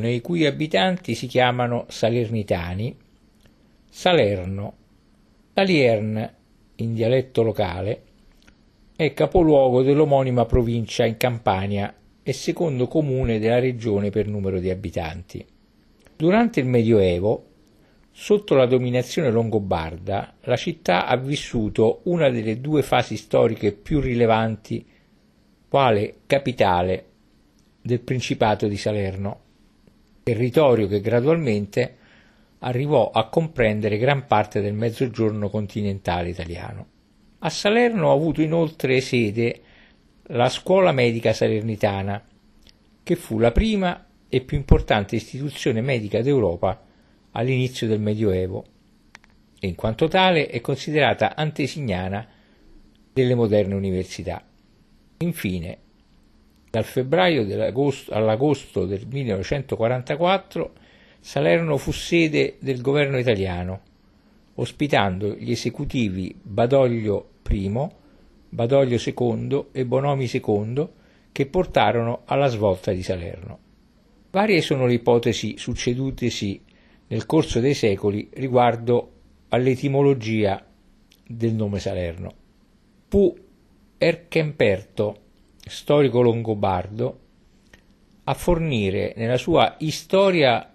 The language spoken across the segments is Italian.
regione i cui abitanti si chiamano salernitani, Salerno. Saliern, in dialetto locale, è capoluogo dell'omonima provincia in Campania e secondo comune della regione per numero di abitanti. Durante il Medioevo, sotto la dominazione longobarda, la città ha vissuto una delle due fasi storiche più rilevanti quale capitale del Principato di Salerno, territorio che gradualmente arrivò a comprendere gran parte del mezzogiorno continentale italiano. A Salerno ha avuto inoltre sede la Scuola Medica Salernitana, che fu la prima e più importante istituzione medica d'Europa all'inizio del Medioevo e in quanto tale è considerata antesignana delle moderne università. Infine, dal febbraio all'agosto del 1944 Salerno fu sede del governo italiano, ospitando gli esecutivi Badoglio I, Badoglio II e Bonomi II, che portarono alla svolta di Salerno. Varie sono le ipotesi succedutesi nel corso dei secoli riguardo all'etimologia del nome Salerno. Fu Erchemperto, storico longobardo, a fornire nella sua Historia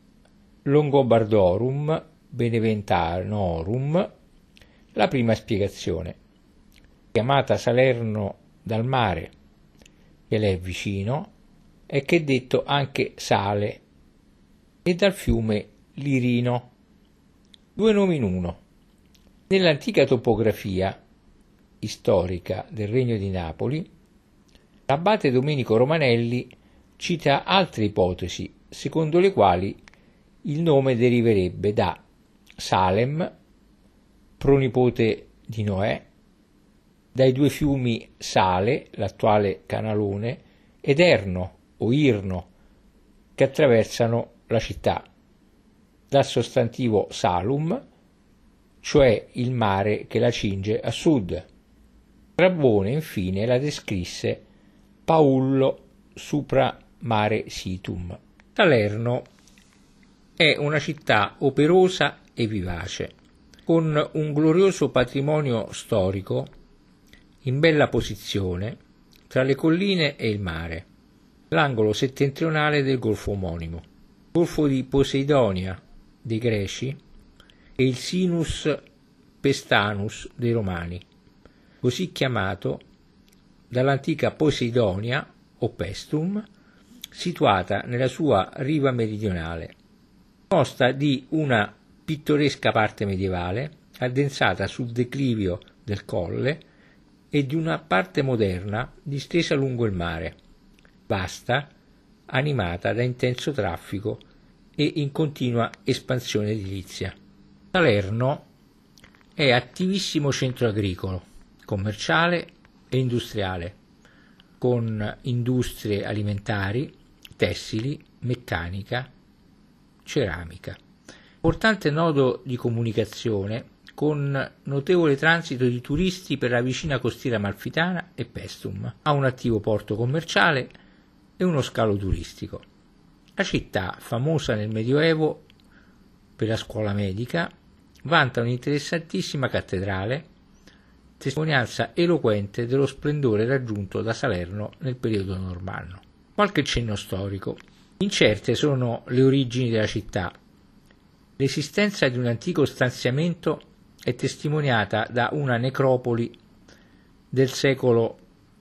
Longobardorum Beneventanorum la prima spiegazione, chiamata Salerno dal mare, che le è vicino, e che è detto anche Sale, e dal fiume Lirino, due nomi in uno. Nell'antica topografia storica del Regno di Napoli, l'abate Domenico Romanelli cita altre ipotesi, secondo le quali il nome deriverebbe da Salem, pronipote di Noè, dai due fiumi Sale, l'attuale Canalone, ed Erno o Irno, che attraversano la città, dal sostantivo Salum, cioè il mare che la cinge a sud. Strabone infine la descrisse Paullo supra mare situm. Salerno è una città operosa e vivace, con un glorioso patrimonio storico in bella posizione tra le colline e il mare, l'angolo settentrionale del golfo omonimo, golfo di Poseidonia dei Greci e il Sinus Pestanus dei Romani, così chiamato dall'antica Poseidonia o Pestrum, situata nella sua riva meridionale. Consta di una pittoresca parte medievale, addensata sul declivio del colle, e di una parte moderna distesa lungo il mare, vasta, animata da intenso traffico e in continua espansione edilizia. Salerno è attivissimo centro agricolo, commerciale e industriale, con industrie alimentari, tessili, meccanica, ceramica. Importante nodo di comunicazione con notevole transito di turisti per la vicina costiera amalfitana e Pestum. Ha un attivo porto commerciale e uno scalo turistico. La città, famosa nel Medioevo per la scuola medica, vanta un'interessantissima cattedrale, testimonianza eloquente dello splendore raggiunto da Salerno nel periodo normanno. Qualche cenno storico. Incerte sono le origini della città. L'esistenza di un antico stanziamento è testimoniata da una necropoli del secolo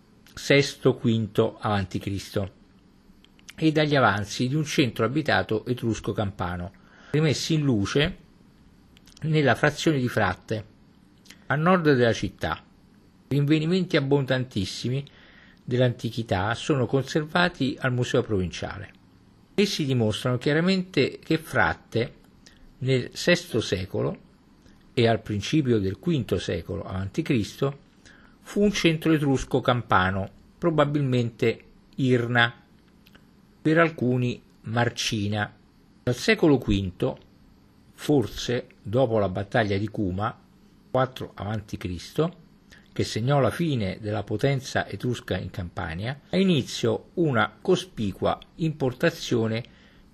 VI-V a.C. e dagli avanzi di un centro abitato etrusco-campano, rimessi in luce nella frazione di Fratte, a nord della città. Rinvenimenti abbondantissimi dell'antichità sono conservati al Museo Provinciale. Essi dimostrano chiaramente che Fratte nel VI secolo e al principio del V secolo a.C. fu un centro etrusco campano, probabilmente Irna, per alcuni Marcina. Dal secolo V, forse dopo la battaglia di Cuma, 4 a.C., che segnò la fine della potenza etrusca in Campania, ha inizio una cospicua importazione di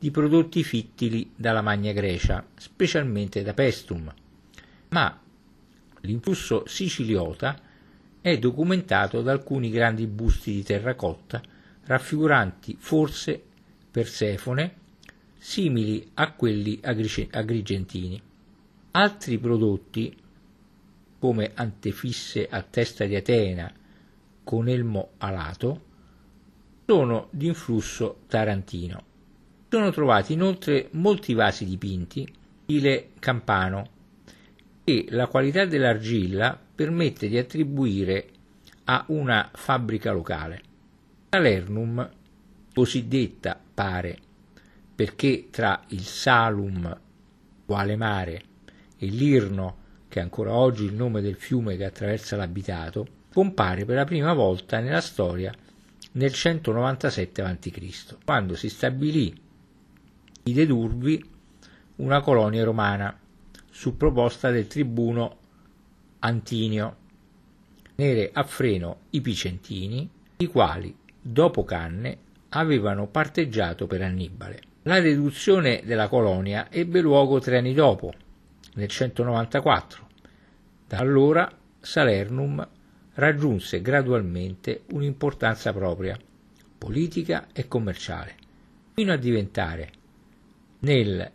di prodotti fittili dalla Magna Grecia, specialmente da Paestum, ma l'influsso siciliota è documentato da alcuni grandi busti di terracotta raffiguranti forse Persefone, simili a quelli agrigentini. Altri prodotti, come antefisse a testa di Atena con elmo alato, sono di influsso tarantino. Sono trovati inoltre molti vasi dipinti, stile campano, e la qualità dell'argilla permette di attribuire a una fabbrica locale. Salernum, cosiddetta, pare, perché tra il Salum, quale mare, e l'Irno, che è ancora oggi il nome del fiume che attraversa l'abitato, compare per la prima volta nella storia nel 197 a.C., quando si stabilì i Dedurbi, una colonia romana, su proposta del tribuno Antinio. Tenere a freno i Picentini, i quali, dopo Canne, avevano parteggiato per Annibale. La riduzione della colonia ebbe luogo 3 anni dopo, nel 194. Da allora Salernum raggiunse gradualmente un'importanza propria, politica e commerciale, fino a diventare, nel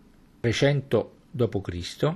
300 d.C.,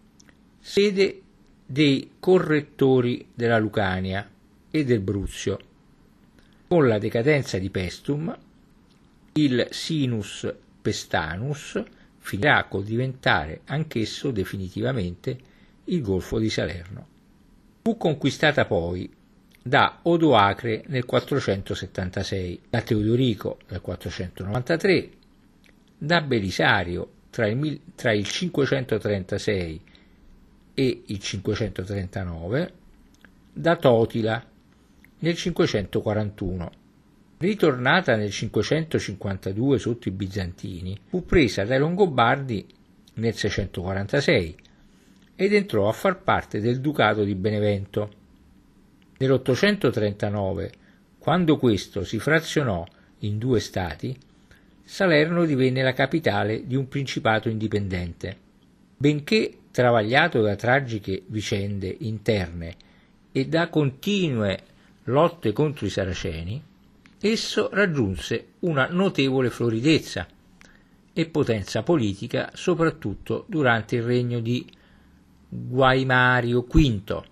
sede dei correttori della Lucania e del Bruzio. Con la decadenza di Paestum, il Sinus Pestanus finirà col diventare anch'esso definitivamente il Golfo di Salerno. Fu conquistata poi da Odoacre nel 476, da Teodorico nel 493, da Belisario tra il 536 e il 539, da Totila nel 541. Ritornata nel 552 sotto i Bizantini, fu presa dai Longobardi nel 646 ed entrò a far parte del Ducato di Benevento. Nell'839, quando questo si frazionò in 2 stati, Salerno divenne la capitale di un principato indipendente. Benché travagliato da tragiche vicende interne e da continue lotte contro i Saraceni, esso raggiunse una notevole floridezza e potenza politica soprattutto durante il regno di Guaimario V,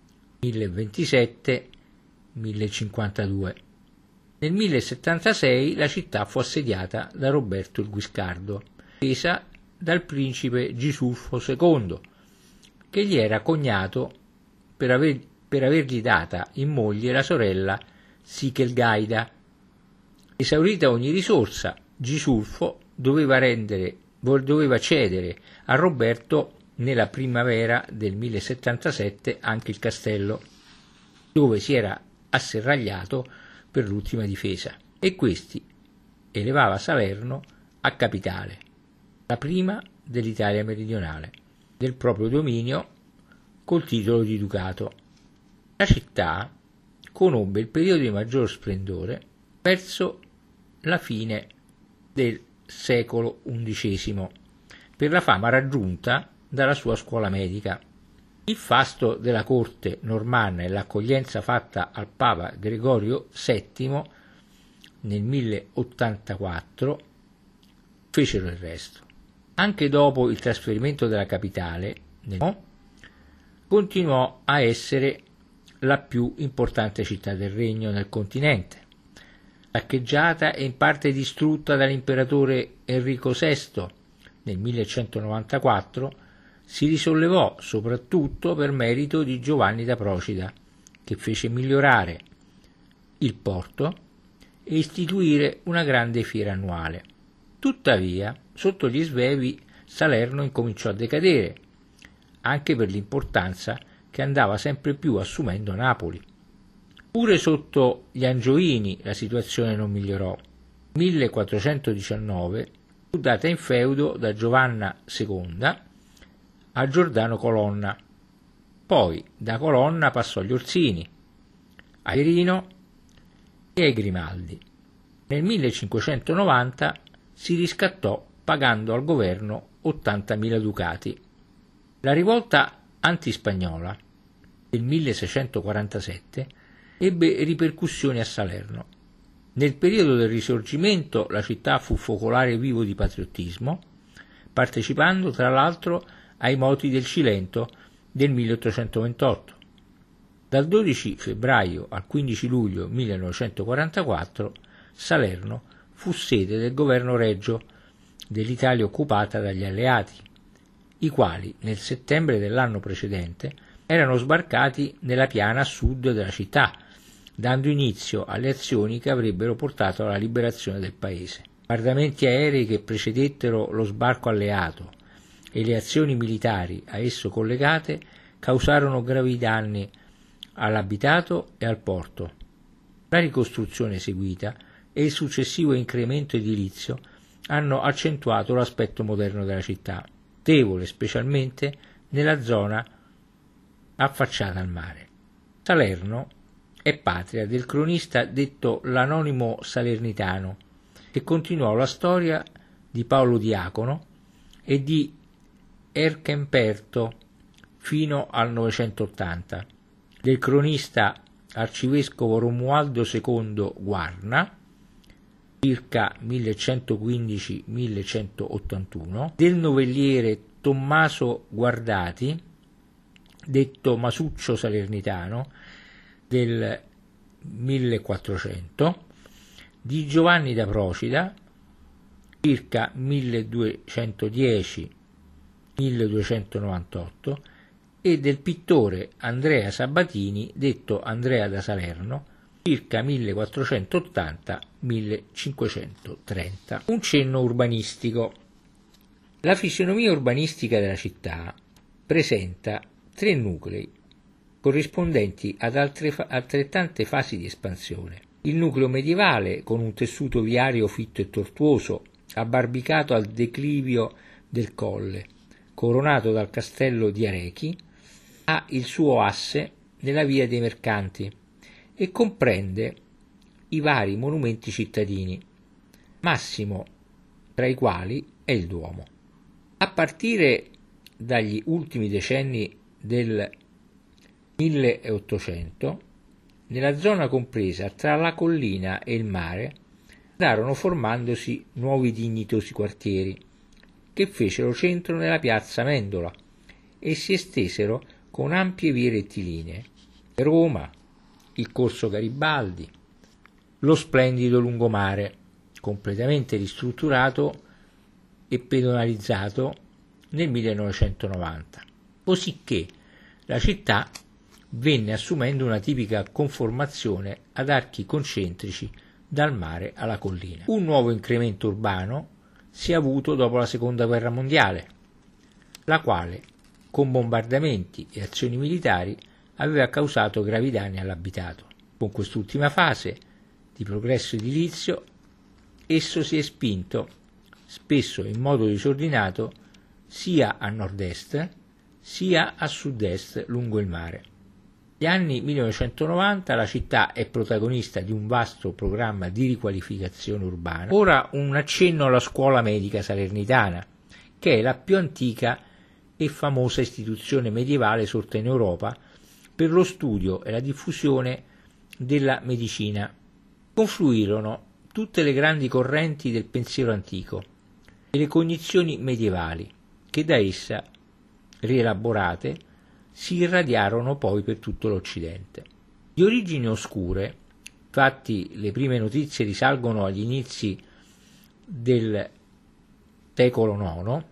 1027-1052. Nel 1076 la città fu assediata da Roberto il Guiscardo, presa dal principe Gisulfo II, che gli era cognato per avergli data in moglie la sorella Sichelgaida. Esaurita ogni risorsa, Gisulfo doveva cedere a Roberto nella primavera del 1077 anche il castello, dove si era asserragliato per l'ultima difesa, e questi elevava Salerno a capitale, la prima dell'Italia meridionale, del proprio dominio col titolo di ducato. La città conobbe il periodo di maggior splendore verso la fine del secolo XI, per la fama raggiunta dalla sua scuola medica. Il fasto della corte normanna e l'accoglienza fatta al Papa Gregorio VII nel 1084 fecero il resto. Anche dopo il trasferimento della capitale, continuò a essere la più importante città del regno nel continente. Saccheggiata e in parte distrutta dall'imperatore Enrico VI nel 1194, si risollevò soprattutto per merito di Giovanni da Procida, che fece migliorare il porto e istituire una grande fiera annuale. Tuttavia, sotto gli Svevi, Salerno incominciò a decadere, anche per l'importanza che andava sempre più assumendo Napoli. Pure sotto gli Angioini la situazione non migliorò. Nel 1419 fu data in feudo da Giovanna II a Giordano Colonna, poi da Colonna passò agli Orsini, a Irino e ai Grimaldi. Nel 1590 si riscattò pagando al governo 80.000 ducati. La rivolta antispagnola del 1647 ebbe ripercussioni a Salerno. Nel periodo del Risorgimento la città fu focolare vivo di patriottismo, partecipando tra l'altro ai moti del Cilento del 1828. Dal 12 febbraio al 15 luglio 1944 Salerno fu sede del governo regio dell'Italia occupata dagli alleati, i quali nel settembre dell'anno precedente erano sbarcati nella piana a sud della città, dando inizio alle azioni che avrebbero portato alla liberazione del paese. Bombardamenti aerei che precedettero lo sbarco alleato e le azioni militari a esso collegate causarono gravi danni all'abitato e al porto. La ricostruzione seguita e il successivo incremento edilizio hanno accentuato l'aspetto moderno della città, notevole specialmente nella zona affacciata al mare. Salerno è patria del cronista detto l'Anonimo Salernitano, che continuò la storia di Paolo Diacono e di Erchemperto fino al 980, del cronista arcivescovo Romualdo II Guarna, circa 1115-1181, del novelliere Tommaso Guardati, detto Masuccio Salernitano, del 1400, di Giovanni da Procida, circa 1210-1298, e del pittore Andrea Sabatini, detto Andrea da Salerno, circa 1480-1530. Un cenno urbanistico. La fisionomia urbanistica della città presenta 3 nuclei, corrispondenti ad altrettante fasi di espansione. Il nucleo medievale, con un tessuto viario fitto e tortuoso, abbarbicato al declivio del colle, coronato dal castello di Arechi, ha il suo asse nella via dei mercanti e comprende i vari monumenti cittadini, massimo tra i quali è il Duomo. A partire dagli ultimi decenni del 1800, nella zona compresa tra la collina e il mare andarono formandosi nuovi dignitosi quartieri che fecero centro nella piazza Amendola e si estesero con ampie vie rettilinee: Roma, il Corso Garibaldi, lo splendido lungomare, completamente ristrutturato e pedonalizzato nel 1990, cosicché la città venne assumendo una tipica conformazione ad archi concentrici dal mare alla collina. Un nuovo incremento urbano si è avuto dopo la Seconda Guerra Mondiale, la quale, con bombardamenti e azioni militari, aveva causato gravi danni all'abitato. Con quest'ultima fase di progresso edilizio, esso si è spinto, spesso in modo disordinato, sia a nord-est sia a sud-est lungo il mare. Negli anni 1990 la città è protagonista di un vasto programma di riqualificazione urbana. Ora un accenno alla scuola medica salernitana, che è la più antica e famosa istituzione medievale sorta in Europa per lo studio e la diffusione della medicina. Confluirono tutte le grandi correnti del pensiero antico e le cognizioni medievali, che da essa, rielaborate, si irradiarono poi per tutto l'Occidente. Di origini oscure, infatti le prime notizie risalgono agli inizi del secolo IX,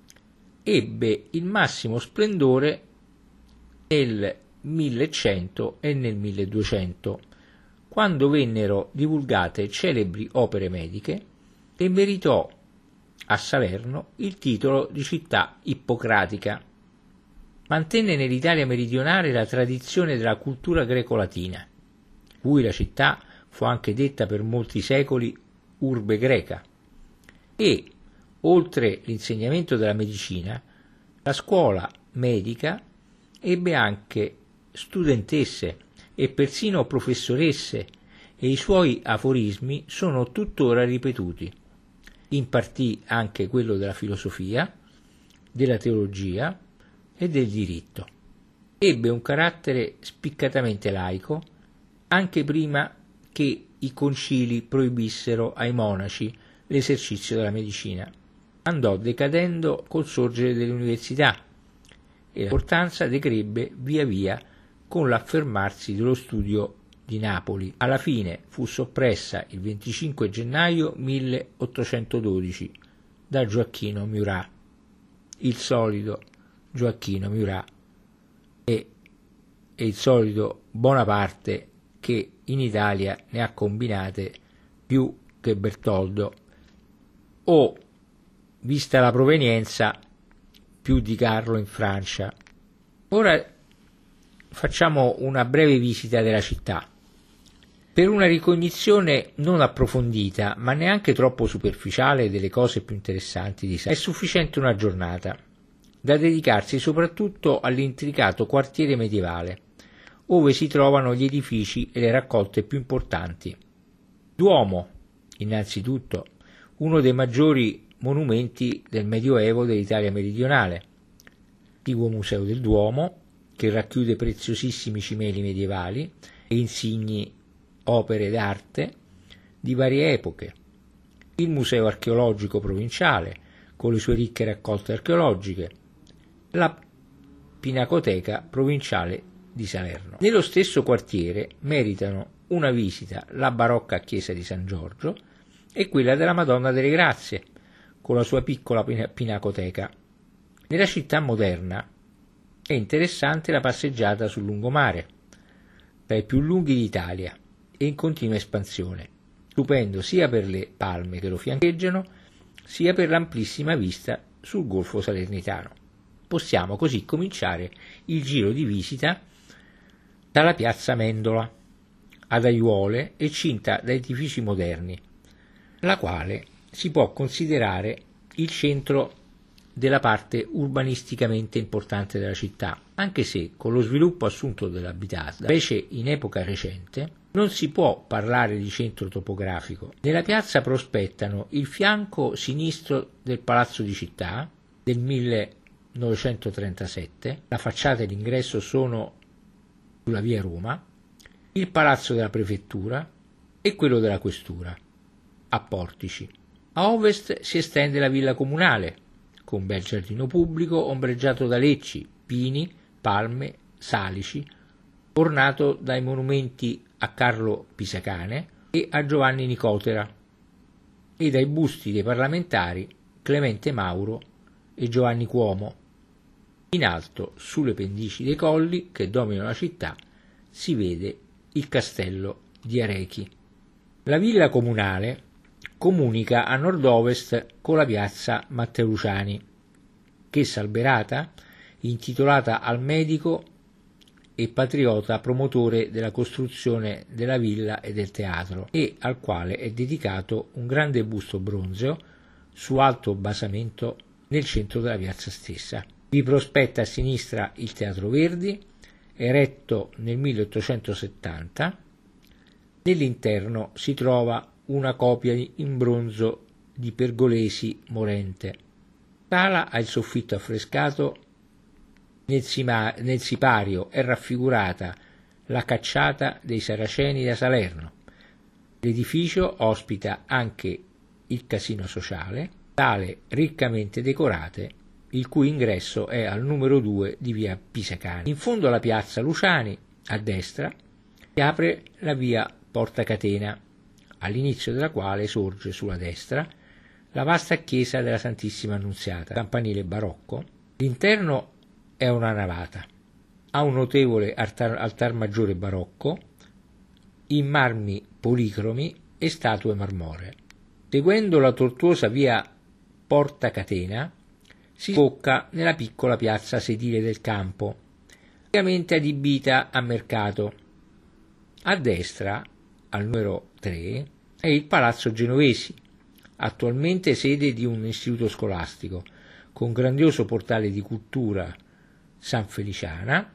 ebbe il massimo splendore nel 1100 e nel 1200, quando vennero divulgate celebri opere mediche e meritò a Salerno il titolo di città ippocratica. Mantenne nell'Italia meridionale la tradizione della cultura greco-latina, cui la città fu anche detta per molti secoli urbe greca, e, oltre l'insegnamento della medicina, la scuola medica ebbe anche studentesse e persino professoresse, e i suoi aforismi sono tuttora ripetuti. impartì anche quello della filosofia, della teologia e del diritto. Ebbe un carattere spiccatamente laico anche prima che i concili proibissero ai monaci l'esercizio della medicina. Andò decadendo col sorgere delle università e l'importanza decrebbe via via con l'affermarsi dello studio di Napoli. Alla fine fu soppressa il 25 gennaio 1812 da Gioacchino Murat, il solido Gioacchino Murat e il solito Bonaparte, che in Italia ne ha combinate più che Bertoldo, o, vista la provenienza, più di Carlo in Francia. Ora facciamo una breve visita della città. Per una ricognizione non approfondita, ma neanche troppo superficiale delle cose più interessanti di Salerno, è sufficiente una giornata, da dedicarsi soprattutto all'intricato quartiere medievale, ove si trovano gli edifici e le raccolte più importanti. Duomo, innanzitutto, uno dei maggiori monumenti del Medioevo dell'Italia meridionale, l'antico Museo del Duomo, che racchiude preziosissimi cimeli medievali e insigni opere d'arte di varie epoche, il Museo archeologico provinciale, con le sue ricche raccolte archeologiche, la Pinacoteca provinciale di Salerno. Nello stesso quartiere meritano una visita la barocca chiesa di San Giorgio e quella della Madonna delle Grazie, con la sua piccola pinacoteca. Nella città moderna è interessante la passeggiata sul lungomare, tra i più lunghi d'Italia e in continua espansione, stupendo sia per le palme che lo fiancheggiano, sia per l'amplissima vista sul golfo salernitano. Possiamo così cominciare il giro di visita dalla piazza Amendola ad Aiuole e cinta da edifici moderni, la quale si può considerare il centro della parte urbanisticamente importante della città, anche se con lo sviluppo assunto dell'abitato, specie in epoca recente, non si può parlare di centro topografico. Nella piazza prospettano il fianco sinistro del Palazzo di Città del 1937, la facciata e l'ingresso sono sulla via Roma, il Palazzo della Prefettura e quello della Questura, a portici. A ovest si estende la Villa Comunale, con bel giardino pubblico ombreggiato da lecci, pini, palme, salici, ornato dai monumenti a Carlo Pisacane e a Giovanni Nicotera e dai busti dei parlamentari Clemente Mauro e Giovanni Cuomo. In alto, sulle pendici dei colli che dominano la città, si vede il castello di Arechi. La Villa Comunale comunica a nord-ovest con la piazza Matteo Luciani, che Salberata, intitolata al medico e patriota promotore della costruzione della villa e del teatro, e al quale è dedicato un grande busto bronzeo su alto basamento nel centro della piazza stessa. Vi prospetta a sinistra il Teatro Verdi, eretto nel 1870. Nell'interno si trova una copia in bronzo di Pergolesi morente. La sala ha il soffitto affrescato, nel sipario è raffigurata la cacciata dei Saraceni da Salerno. L'edificio ospita anche il casino sociale, sale riccamente decorate, il cui ingresso è al numero 2 di via Pisacani. In fondo alla piazza Luciani, a destra, si apre la via Porta Catena, all'inizio della quale sorge sulla destra la vasta chiesa della Santissima Annunziata, campanile barocco. L'interno è una navata, ha un notevole altar maggiore barocco in marmi policromi e statue marmoree. Seguendo la tortuosa via Porta Catena si sbocca nella piccola piazza sedile del campo, praticamente adibita a mercato. A destra, al numero 3, è il Palazzo Genovesi, attualmente sede di un istituto scolastico, con grandioso portale di cultura San Feliciana.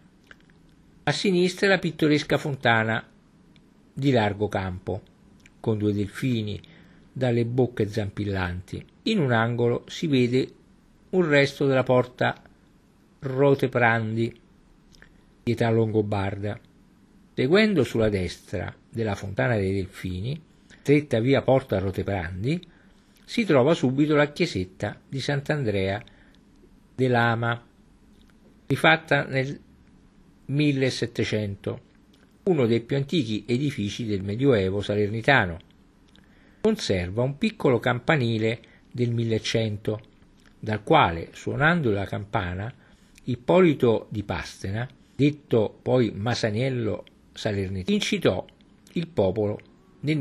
A sinistra la pittoresca fontana di largo campo, con 2 delfini dalle bocche zampillanti. In un angolo si vede un resto della porta Roteprandi di età longobarda. Seguendo sulla destra della Fontana dei Delfini, stretta via Porta Roteprandi, si trova subito la chiesetta di Sant'Andrea dell'Ama, rifatta nel 1700, uno dei più antichi edifici del Medioevo salernitano. Conserva un piccolo campanile del 1100, dal quale, suonando la campana, Ippolito di Pastena, detto poi Masaniello salernitano, incitò il popolo nel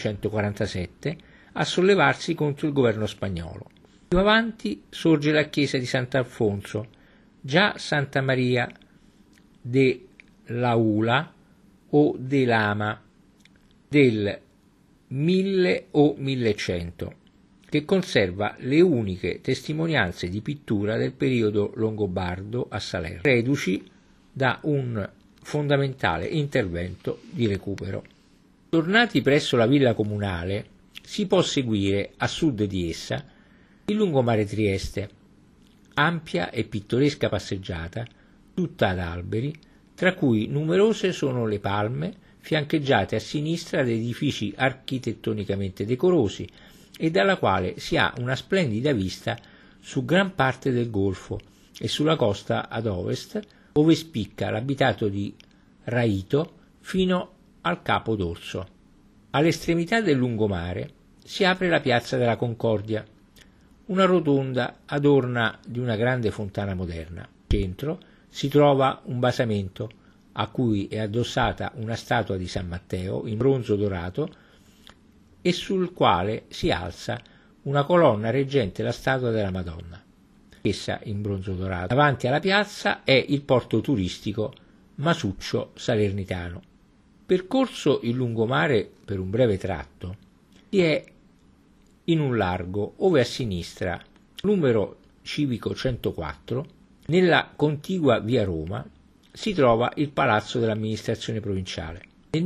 1647 a sollevarsi contro il governo spagnolo. Più avanti sorge la chiesa di Sant'Alfonso, già Santa Maria de l'Aula o de l'Ama del 1000 o 1100, che conserva le uniche testimonianze di pittura del periodo longobardo a Salerno, reduci da un fondamentale intervento di recupero. Tornati presso la villa comunale, si può seguire a sud di essa il lungomare Trieste, ampia e pittoresca passeggiata, tutta ad alberi, tra cui numerose sono le palme, fiancheggiate a sinistra da edifici architettonicamente decorosi e dalla quale si ha una splendida vista su gran parte del golfo e sulla costa ad ovest, ove spicca l'abitato di Raito fino al Capo d'Orso. All'estremità del lungomare si apre la piazza della Concordia, una rotonda adorna di una grande fontana moderna. Al centro si trova un basamento a cui è addossata una statua di San Matteo in bronzo dorato e sul quale si alza una colonna reggente la statua della Madonna, essa in bronzo dorato. Davanti alla piazza è il porto turistico Masuccio Salernitano. Percorso il lungomare per un breve tratto, si è in un largo ove a sinistra, numero civico 104, nella contigua via Roma, si trova il palazzo dell'amministrazione provinciale del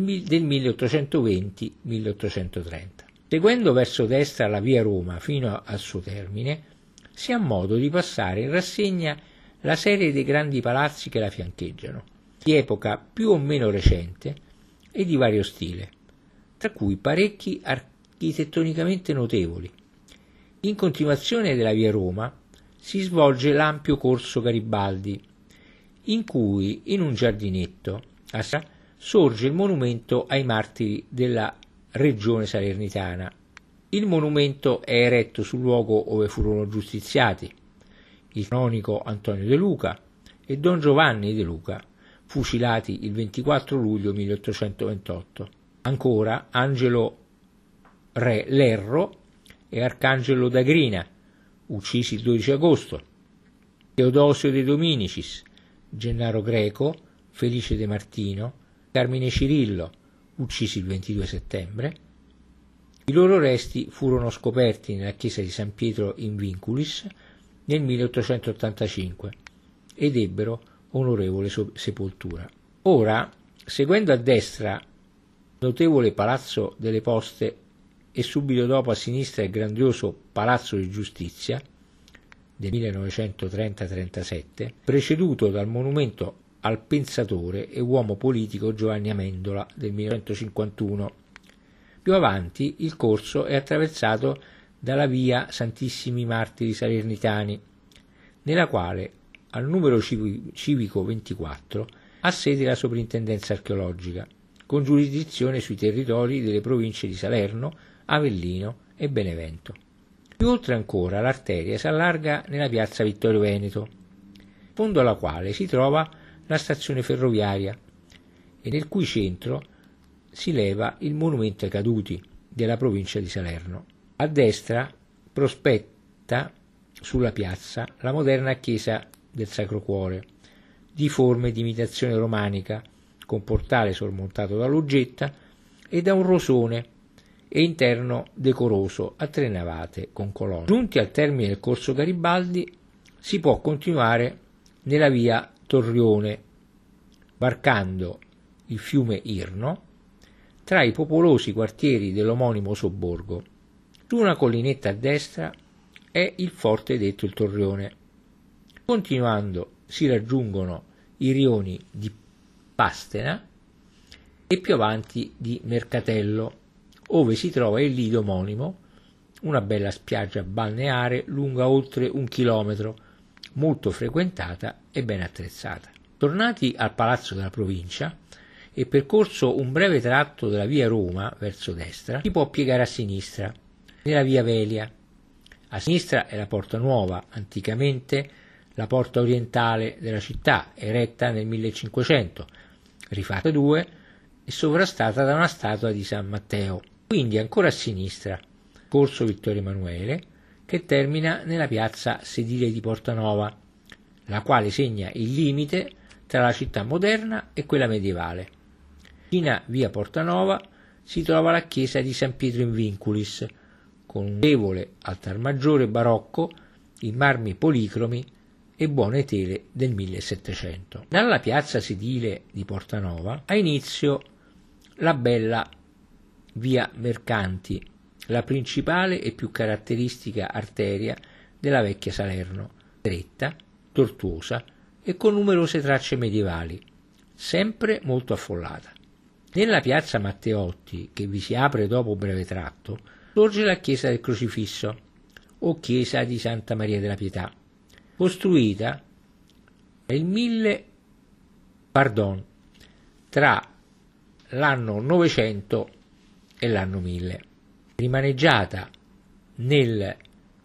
1820-1830. Seguendo verso destra la via Roma fino al suo termine, si ha modo di passare in rassegna la serie dei grandi palazzi che la fiancheggiano, di epoca più o meno recente e di vario stile, tra cui parecchi architettonicamente notevoli. In continuazione della via Roma si svolge l'ampio corso Garibaldi, in cui in un giardinetto a sinistra sorge il monumento ai martiri della regione salernitana. Il monumento è eretto sul luogo ove furono giustiziati il canonico Antonio De Luca e Don Giovanni De Luca, fucilati il 24 luglio 1828. Ancora Angelo Re Lerro e Arcangelo d'Agrina, uccisi il 12 agosto, Teodosio de Dominicis, Gennaro Greco, Felice De Martino, Carmine Cirillo, uccisi il 22 settembre. I loro resti furono scoperti nella chiesa di San Pietro in Vinculis nel 1885 ed ebbero onorevole sepoltura. Ora, seguendo a destra il notevole Palazzo delle Poste e subito dopo a sinistra il grandioso Palazzo di Giustizia del 1930-37, preceduto dal monumento al pensatore e uomo politico Giovanni Amendola del 1951. Più avanti il corso è attraversato dalla via Santissimi Martiri Salernitani, nella quale al numero civico 24 ha sede la Soprintendenza Archeologica, con giurisdizione sui territori delle province di Salerno, Avellino e Benevento. Più oltre ancora l'arteria si allarga nella piazza Vittorio Veneto, in fondo alla quale si trova la stazione ferroviaria e nel cui centro si leva il monumento ai caduti della provincia di Salerno. A destra prospetta sulla piazza la moderna chiesa del Sacro Cuore, di forme di imitazione romanica, con portale sormontato da loggetta e da un rosone e interno decoroso a 3 navate con colonne. Giunti al termine del corso Garibaldi si può continuare nella via Torrione, varcando il fiume Irno tra i popolosi quartieri dell'omonimo sobborgo, Su una collinetta a destra è il forte detto il Torrione. Continuando si raggiungono i rioni di Pastena e più avanti di Mercatello, ove si trova il lido omonimo, una bella spiaggia balneare lunga oltre 1 chilometro, molto frequentata e ben attrezzata. Tornati al Palazzo della Provincia e percorso un breve tratto della via Roma verso destra, si può piegare a sinistra, nella via Velia. A sinistra è la Porta Nuova, anticamente la porta orientale della città, eretta nel 1500, rifatta 2 e sovrastata da una statua di San Matteo. Quindi ancora a sinistra, Corso Vittorio Emanuele, che termina nella piazza sedile di Portanova, la quale segna il limite tra la città moderna e quella medievale. Vicina via Portanova si trova la chiesa di San Pietro in Vinculis, con un notevole altar maggiore barocco in marmi policromi e buone tele del 1700. Dalla piazza sedile di Portanova ha inizio la bella via Mercanti, la principale e più caratteristica arteria della vecchia Salerno, stretta, tortuosa e con numerose tracce medievali, sempre molto affollata. Nella piazza Matteotti, che vi si apre dopo un breve tratto, sorge la chiesa del Crocifisso, o chiesa di Santa Maria della Pietà, costruita nel tra l'anno 900 e l'anno 1000, rimaneggiata nel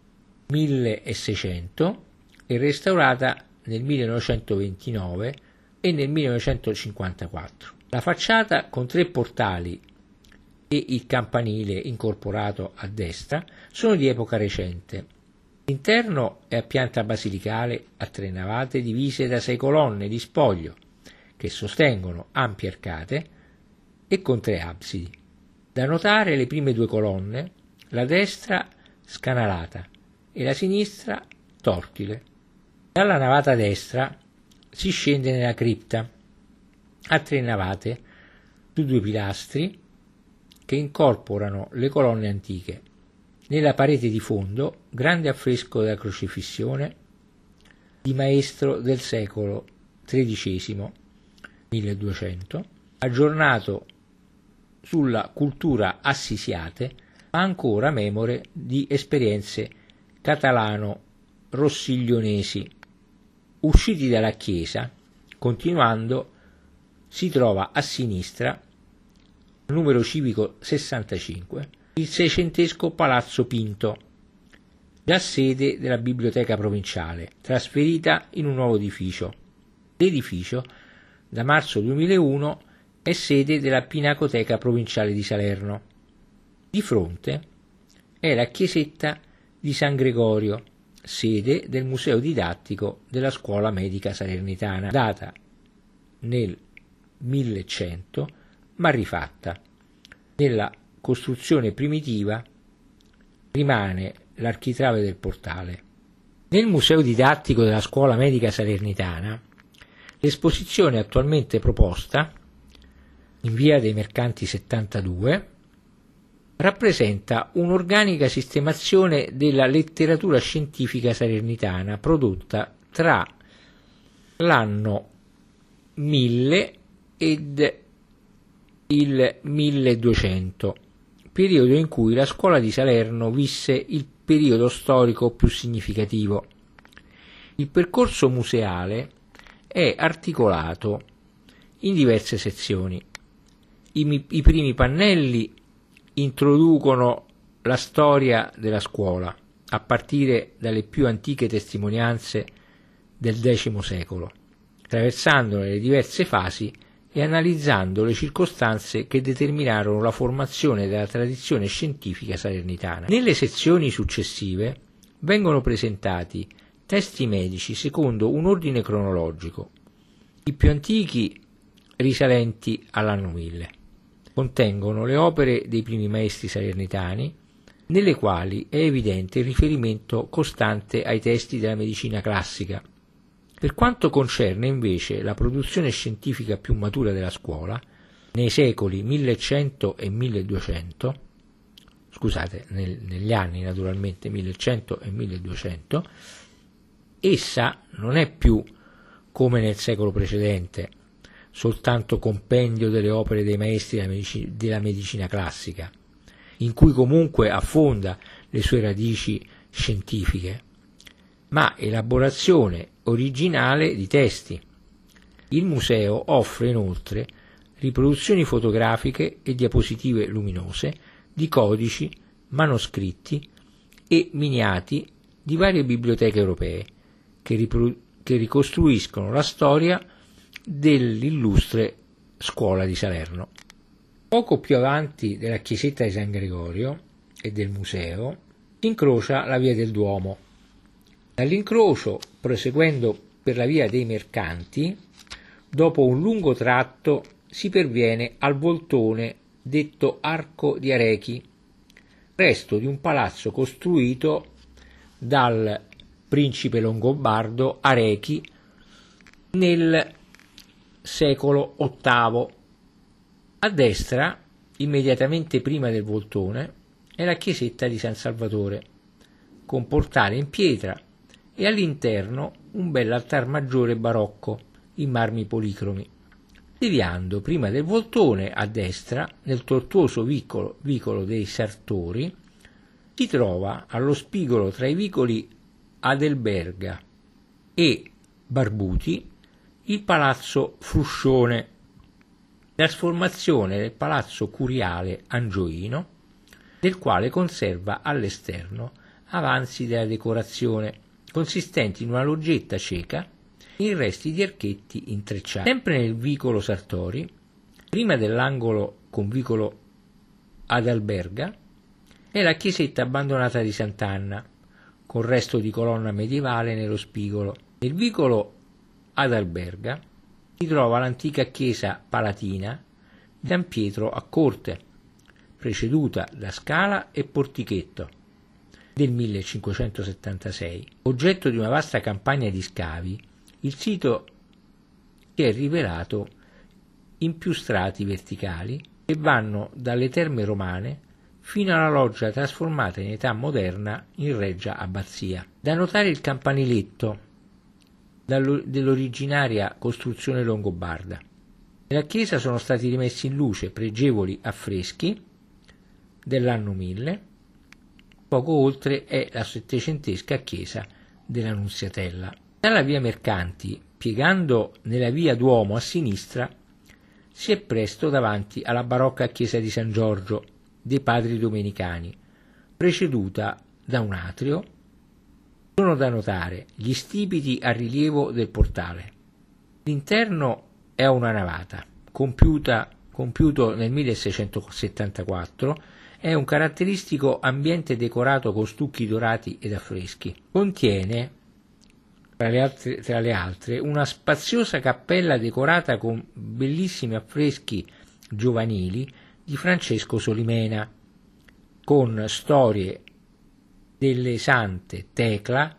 1600 e restaurata nel 1929 e nel 1954. La facciata con 3 portali e il campanile incorporato a destra sono di epoca recente. L'interno è a pianta basilicale a 3 navate divise da 6 colonne di spoglio che sostengono ampie arcate e con 3 absidi. Da notare le prime 2 colonne, la destra scanalata e la sinistra tortile. Dalla navata destra si scende nella cripta a 3 navate su 2 pilastri che incorporano le colonne antiche. Nella parete di fondo, grande affresco della Crocifissione di maestro del secolo XIII, 1200, aggiornato sulla cultura assisiate, ma ancora memore di esperienze catalano-rossiglionesi. Usciti dalla chiesa, continuando, si trova a sinistra, numero civico 65, il seicentesco Palazzo Pinto, già sede della Biblioteca Provinciale, trasferita in un nuovo edificio. L'edificio, da marzo 2001, è sede della Pinacoteca Provinciale di Salerno. Di fronte è la chiesetta di San Gregorio, sede del Museo Didattico della Scuola Medica Salernitana, data nel 1100, ma rifatta. Nella costruzione primitiva rimane l'architrave del portale. Nel Museo Didattico della Scuola Medica Salernitana, l'esposizione attualmente proposta in via dei Mercanti 72 rappresenta un'organica sistemazione della letteratura scientifica salernitana prodotta tra l'anno 1000 ed il 1200, periodo in cui la scuola di Salerno visse il periodo storico più significativo. Il percorso museale è articolato in diverse sezioni. I primi pannelli introducono la storia della scuola, a partire dalle più antiche testimonianze del X secolo, attraversandone le diverse fasi e analizzando le circostanze che determinarono la formazione della tradizione scientifica salernitana. Nelle sezioni successive vengono presentati testi medici secondo un ordine cronologico, i più antichi risalenti all'anno 1000. Contengono le opere dei primi maestri salernitani, nelle quali è evidente il riferimento costante ai testi della medicina classica. Per quanto concerne invece la produzione scientifica più matura della scuola, nei secoli 1100 e 1200, negli anni naturalmente 1100 e 1200, essa non è più, come nel secolo precedente, soltanto compendio delle opere dei maestri della medicina classica, in cui comunque affonda le sue radici scientifiche, ma elaborazione originale di testi. Il museo offre inoltre riproduzioni fotografiche e diapositive luminose di codici, manoscritti e miniati di varie biblioteche europee che ricostruiscono la storia dell'illustre scuola di Salerno. Poco più avanti della chiesetta di San Gregorio e del museo si incrocia la via del Duomo. Dall'incrocio, proseguendo per la via dei Mercanti, dopo un lungo tratto si perviene al voltone detto Arco di Arechi, resto di un palazzo costruito dal principe longobardo Arechi nel secolo VIII. A destra, immediatamente prima del voltone, è la chiesetta di San Salvatore, con portale in pietra e all'interno un bell'altar maggiore barocco in marmi policromi. Deviando prima del voltone a destra, nel tortuoso vicolo dei Sartori, si trova allo spigolo tra i vicoli Adelberga e Barbuti il palazzo Fruscione, trasformazione del palazzo curiale angioino, del quale conserva all'esterno avanzi della decorazione, consistenti in una loggetta cieca e in resti di archetti intrecciati. Sempre nel vicolo Sartori, prima dell'angolo con vicolo Adalberga, è la chiesetta abbandonata di Sant'Anna, con resto di colonna medievale nello spigolo. Nel vicolo Adalberga si trova l'antica chiesa palatina di San Pietro a Corte, preceduta da scala e portichetto, del 1576. Oggetto di una vasta campagna di scavi, il sito si è rivelato in più strati verticali che vanno dalle terme romane fino alla loggia trasformata in età moderna in Reggia Abbazia. Da notare il campaniletto dell'originaria costruzione longobarda. Nella chiesa sono stati rimessi in luce pregevoli affreschi dell'anno 1000, poco oltre è la settecentesca chiesa dell'Annunziatella. Dalla via Mercanti, piegando nella via Duomo a sinistra, si è presto davanti alla barocca chiesa di San Giorgio dei Padri Domenicani, preceduta da un atrio. Sono da notare gli stipiti a rilievo del portale. L'interno è a una navata, compiuto nel 1674, è un caratteristico ambiente decorato con stucchi dorati ed affreschi. Contiene, tra le altre, una spaziosa cappella decorata con bellissimi affreschi giovanili di Francesco Solimena, con storie delle sante Tecla,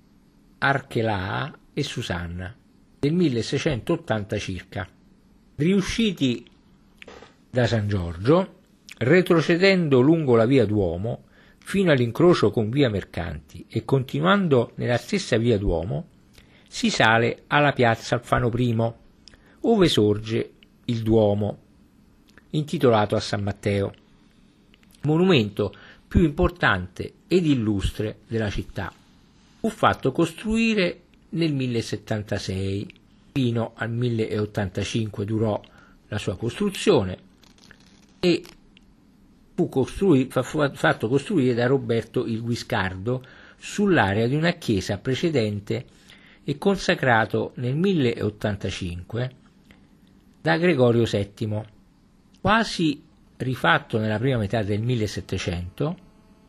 Archelaa e Susanna, del 1680 circa. Riusciti da San Giorgio, retrocedendo lungo la via Duomo fino all'incrocio con via Mercanti e continuando nella stessa via Duomo, si sale alla piazza Alfano I, ove sorge il Duomo, intitolato a San Matteo, monumento più importante ed illustre della città. Fu fatto costruire nel 1076, fino al 1085 durò la sua costruzione e fu fatto costruire da Roberto il Guiscardo sull'area di una chiesa precedente e consacrato nel 1085 da Gregorio VII, quasi rifatto nella prima metà del 1700.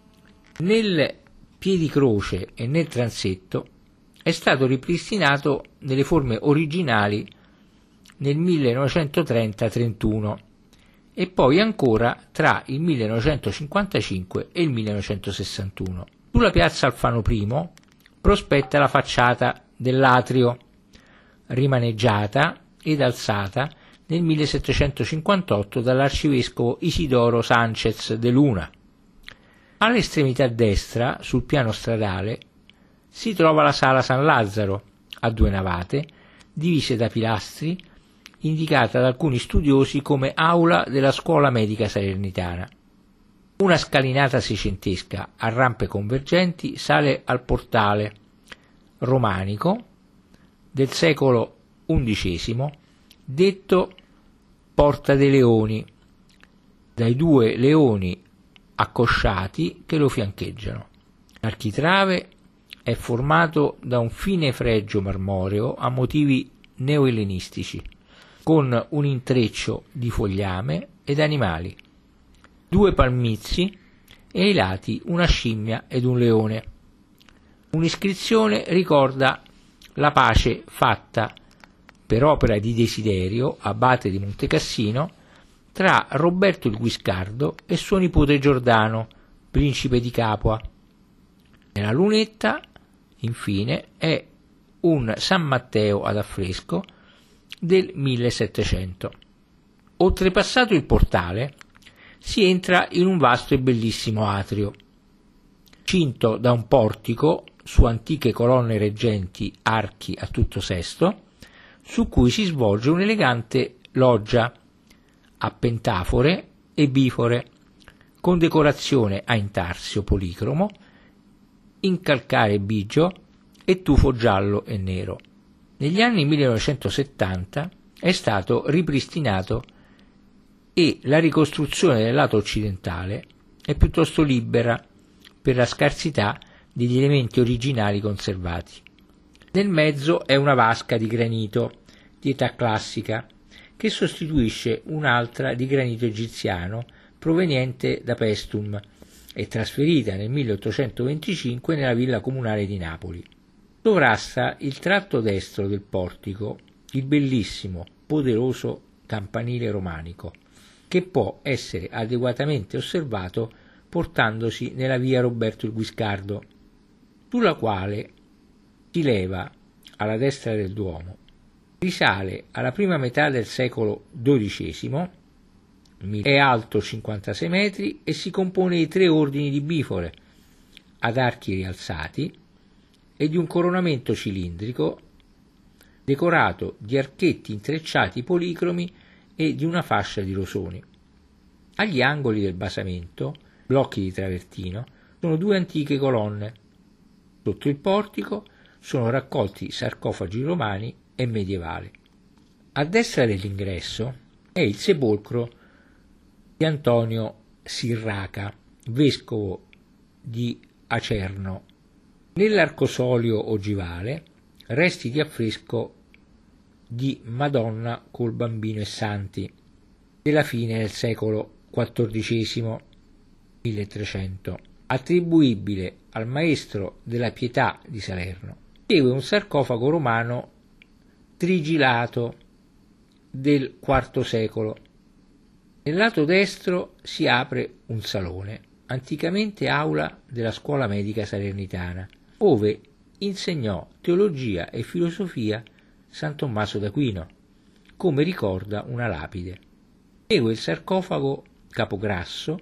Nel piedicroce e nel transetto è stato ripristinato nelle forme originali nel 1930-31 e poi ancora tra il 1955 e il 1961. Sulla piazza Alfano I prospetta la facciata dell'atrio, rimaneggiata ed alzata nel 1758 dall'arcivescovo Isidoro Sánchez de Luna, All'estremità destra, sul piano stradale, si trova la Sala San Lazzaro, a 2 navate, divise da pilastri, indicata da alcuni studiosi come aula della Scuola Medica Salernitana. Una scalinata seicentesca a rampe convergenti sale al portale romanico del secolo XI, detto Porta dei Leoni, dai 2 leoni accosciati che lo fiancheggiano. L'architrave è formato da un fine fregio marmoreo a motivi neoellenistici, con un intreccio di fogliame ed animali, 2 palmizi e ai lati una scimmia ed un leone. Un'iscrizione ricorda la pace fatta per opera di Desiderio, abate di Montecassino, tra Roberto il Guiscardo e suo nipote Giordano, principe di Capua. Nella lunetta, infine, è un San Matteo ad affresco del 1700. Oltrepassato il portale, si entra in un vasto e bellissimo atrio, cinto da un portico su antiche colonne reggenti archi a tutto sesto, su cui si svolge un'elegante loggia a pentafore e bifore, con decorazione a intarsio policromo, in calcare bigio e tufo giallo e nero. Negli anni 1970 è stato ripristinato e la ricostruzione del lato occidentale è piuttosto libera per la scarsità degli elementi originali conservati. Nel mezzo è una vasca di granito di età classica che sostituisce un'altra di granito egiziano proveniente da Paestum e trasferita nel 1825 nella villa comunale di Napoli. Sovrasta il tratto destro del portico il bellissimo, poderoso campanile romanico, che può essere adeguatamente osservato portandosi nella via Roberto il Guiscardo, sulla quale si leva alla destra del Duomo. Risale alla prima metà del secolo XII, è alto 56 metri e si compone di 3 ordini di bifore ad archi rialzati e di un coronamento cilindrico decorato di archetti intrecciati policromi e di una fascia di rosoni. Agli angoli del basamento, blocchi di travertino, sono 2 antiche colonne. Sotto il portico sono raccolti sarcofagi romani e medievali. A destra dell'ingresso è il sepolcro di Antonio Sirraca, vescovo di Acerno. Nell'arcosolio ogivale resti di affresco di Madonna col Bambino e Santi della fine del secolo XIV 1300, attribuibile al maestro della Pietà di Salerno. Segue un sarcofago romano trigilato del IV secolo. Nel lato destro si apre un salone, anticamente aula della Scuola Medica Salernitana, ove insegnò teologia e filosofia San Tommaso d'Aquino, come ricorda una lapide. Segue il sarcofago capograsso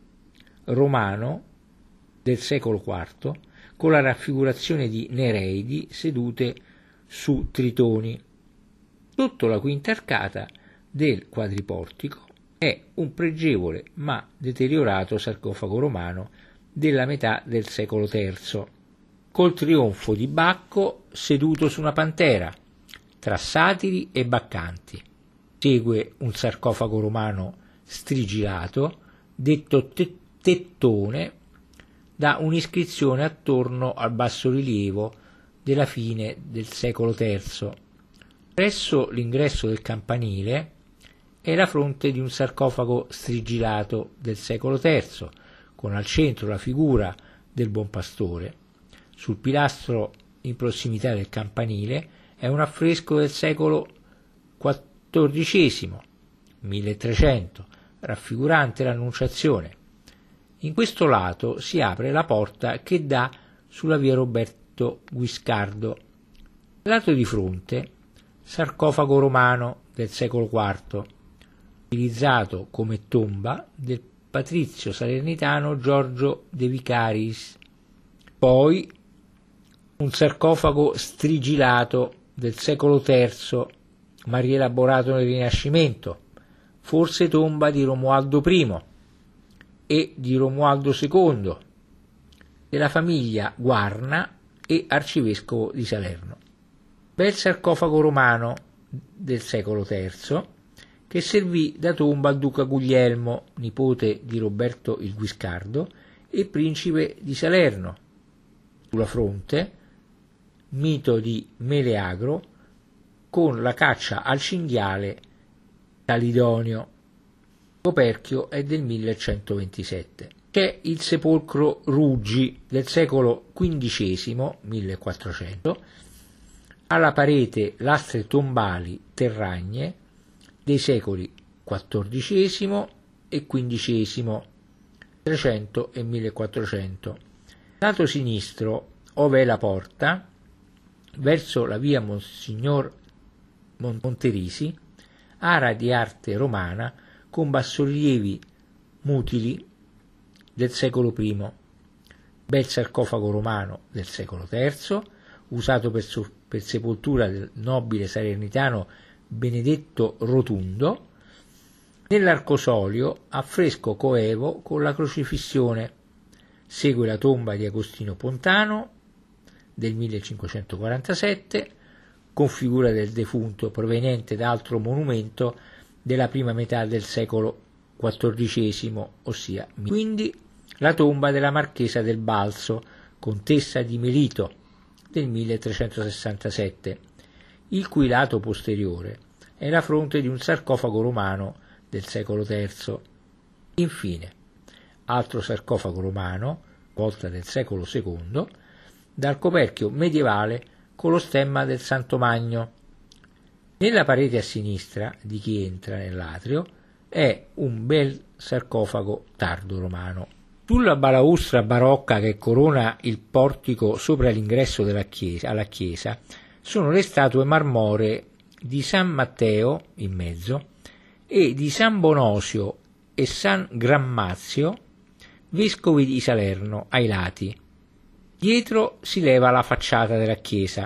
romano del secolo IV, con la raffigurazione di Nereidi sedute su tritoni. Sotto la quinta arcata del quadriportico è un pregevole ma deteriorato sarcofago romano della metà del secolo III, col trionfo di Bacco seduto su una pantera, tra satiri e baccanti. Segue un sarcofago romano strigilato, detto tettone, da un'iscrizione attorno al bassorilievo della fine del secolo III. Presso l'ingresso del campanile è la fronte di un sarcofago strigilato del secolo III, con al centro la figura del Buon Pastore. Sul pilastro in prossimità del campanile è un affresco del secolo XIV, 1300, raffigurante l'Annunciazione. In questo lato si apre la porta che dà sulla via Roberto Guiscardo. Lato di fronte, sarcofago romano del secolo IV, utilizzato come tomba del patrizio salernitano Giorgio De Vicaris. Poi un sarcofago strigilato del secolo III, ma rielaborato nel Rinascimento, forse tomba di Romualdo I e di Romualdo II, della famiglia Guarna e arcivescovo di Salerno. Bel sarcofago romano del secolo III che servì da tomba al duca Guglielmo, nipote di Roberto il Guiscardo e principe di Salerno. Sulla fronte, mito di Meleagro con la caccia al cinghiale Calidonio. Il coperchio è del 1127. C'è il sepolcro Ruggi del secolo XV, 1400, alla parete lastre tombali terragne dei secoli XIV e XV, 300 e 1400. Lato sinistro, ove è la porta, verso la via Monsignor Monterisi, ara di arte romana con bassorilievi mutili del secolo I, bel sarcofago romano del secolo III, usato per sepoltura del nobile salernitano Benedetto Rotundo. Nell'arcosolio affresco coevo con la crocifissione. Segue la tomba di Agostino Pontano del 1547, con figura del defunto proveniente da altro monumento della prima metà del secolo XIV, ossia quindi la tomba della Marchesa del Balzo, contessa di Melito del 1367, il cui lato posteriore è la fronte di un sarcofago romano del secolo III. Infine, altro sarcofago romano, volta del secolo II, dal coperchio medievale con lo stemma del Santo Magno. Nella parete a sinistra di chi entra nell'atrio è un bel sarcofago tardo romano. Sulla balaustra barocca che corona il portico sopra l'ingresso alla chiesa sono le statue marmoree di San Matteo in mezzo e di San Bonosio e San Grammazio, vescovi di Salerno, ai lati. Dietro si leva la facciata della chiesa.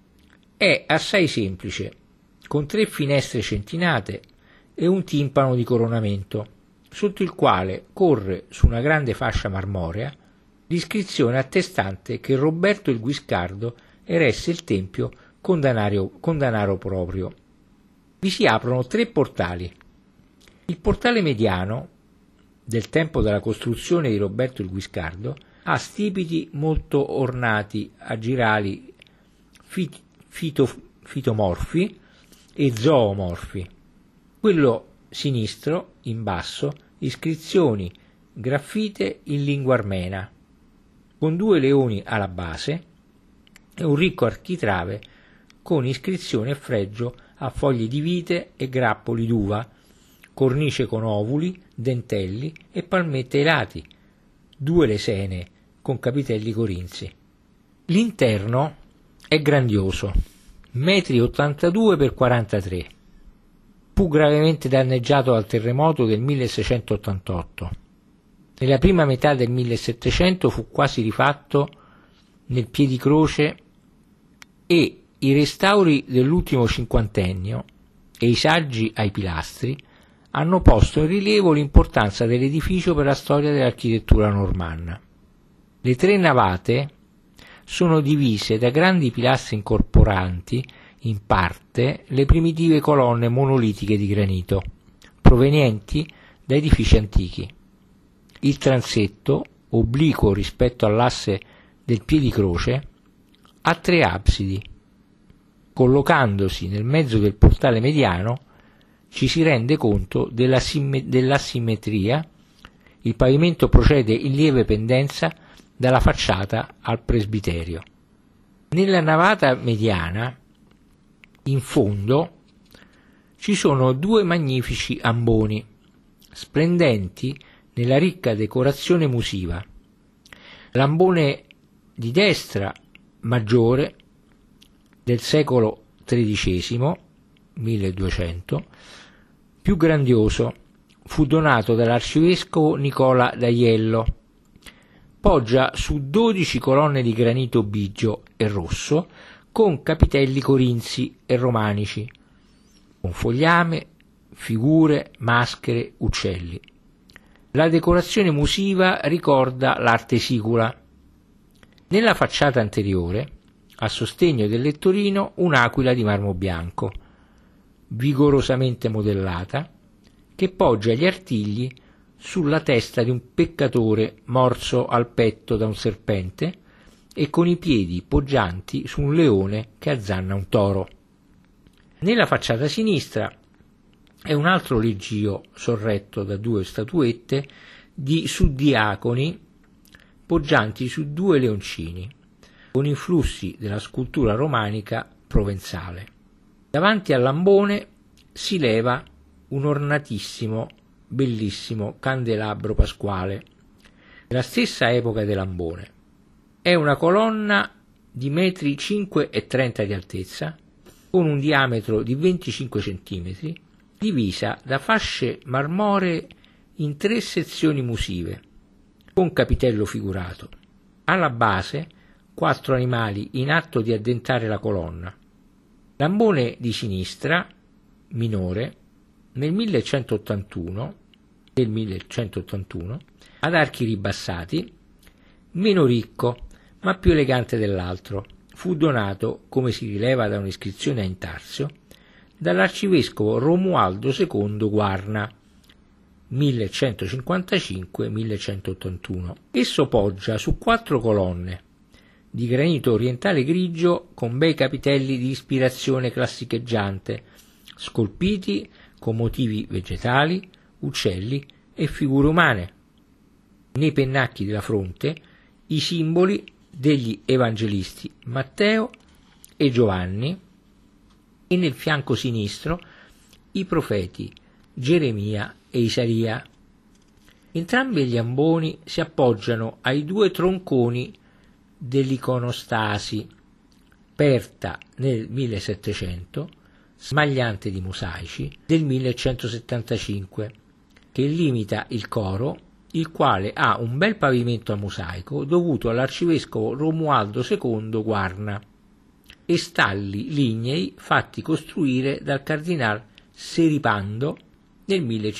È assai semplice, con 3 finestre centinate e un timpano di coronamento, sotto il quale corre su una grande fascia marmorea l'iscrizione attestante che Roberto il Guiscardo eresse il tempio con danaro proprio. Vi si aprono 3 portali. Il portale mediano, del tempo della costruzione di Roberto il Guiscardo, ha stipiti molto ornati a girali fitomorfi e zoomorfi. Quello sinistro, in basso, iscrizioni graffite in lingua armena, con 2 leoni alla base e un ricco architrave con iscrizione e fregio a foglie di vite e grappoli d'uva, cornice con ovuli, dentelli e palmette ai lati, 2 lesene con capitelli corinzi. L'interno è grandioso, 1,82 m x 43. Fu gravemente danneggiato dal terremoto del 1688. Nella prima metà del 1700 fu quasi rifatto nel piedicroce e i restauri dell'ultimo cinquantennio e i saggi ai pilastri hanno posto in rilievo l'importanza dell'edificio per la storia dell'architettura normanna. Le 3 navate sono divise da grandi pilastri incorporanti in parte le primitive colonne monolitiche di granito, provenienti da edifici antichi. Il transetto, obliquo rispetto all'asse del piedicroce, ha 3 absidi. Collocandosi nel mezzo del portale mediano ci si rende conto dell'asimmetria. Il pavimento procede in lieve pendenza dalla facciata al presbiterio. Nella navata mediana, in fondo, ci sono 2 magnifici amboni, splendenti nella ricca decorazione musiva. L'ambone di destra, maggiore, del secolo XIII, 1200, più grandioso, fu donato dall'arcivescovo Nicola d'Aiello. Poggia su 12 colonne di granito bigio e rosso con capitelli corinzi e romanici, con fogliame, figure, maschere, uccelli. La decorazione musiva ricorda l'arte sicula. Nella facciata anteriore, a sostegno del lettorino, un'aquila di marmo bianco, vigorosamente modellata, che poggia gli artigli sulla testa di un peccatore morso al petto da un serpente e con i piedi poggianti su un leone che azzanna un toro. Nella facciata sinistra è un altro leggio sorretto da 2 statuette di suddiaconi poggianti su 2 leoncini, con influssi della scultura romanica provenzale. Davanti al lambone si leva un ornatissimo, bellissimo candelabro pasquale, della stessa epoca del lambone. È una colonna di metri 5,30 di altezza, con un diametro di 25 cm, divisa da fasce marmoree in 3 sezioni musive, con capitello figurato. Alla base 4 animali in atto di addentare la colonna. Lambone di sinistra, minore, del 1181, ad archi ribassati, meno ricco, ma più elegante dell'altro. Fu donato, come si rileva da un'iscrizione a Intarsio, dall'arcivescovo Romualdo II Guarna, 1155-1181. Esso poggia su 4 colonne di granito orientale grigio con bei capitelli di ispirazione classicheggiante, scolpiti con motivi vegetali, uccelli e figure umane. Nei pennacchi della fronte i simboli degli evangelisti Matteo e Giovanni e nel fianco sinistro i profeti Geremia e Isaia. Entrambi gli amboni si appoggiano ai 2 tronconi dell'iconostasi, aperta nel 1700, smagliante di mosaici, del 1175, che limita il coro, il quale ha un bel pavimento a mosaico dovuto all'arcivescovo Romualdo II Guarna, e stalli lignei fatti costruire dal cardinal Seripando nel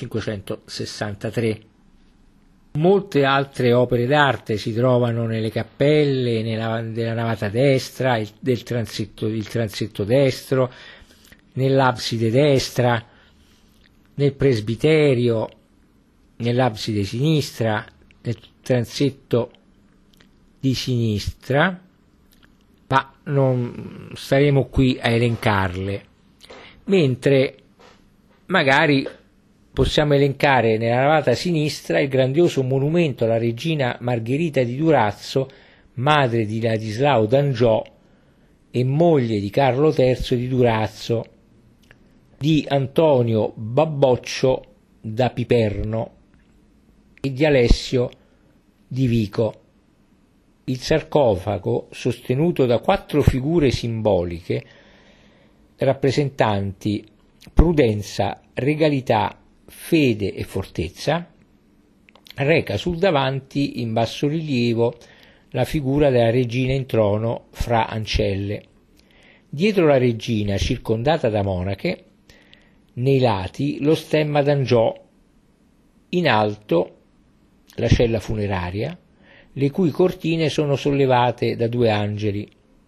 1563. Molte altre opere d'arte si trovano nelle cappelle, della navata destra, il transetto destro, nell'abside destra, nel presbiterio, nell'abside sinistra, nel transetto di sinistra, ma non staremo qui a elencarle, mentre magari possiamo elencare nella navata sinistra il grandioso monumento alla regina Margherita di Durazzo, madre di Ladislao d'Angiò e moglie di Carlo III di Durazzo, di Antonio Babboccio da Piperno e di Alessio di Vico. Il sarcofago, sostenuto da 4 figure simboliche rappresentanti prudenza, regalità, fede e fortezza, reca sul davanti in bassorilievo la figura della regina in trono fra ancelle. Dietro la regina, circondata da monache, nei lati lo stemma d'Angiò, in alto la cella funeraria, le cui cortine sono sollevate da 2 angeli,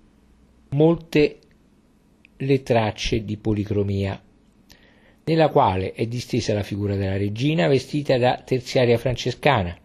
molte le tracce di policromia, nella quale è distesa la figura della regina vestita da terziaria francescana.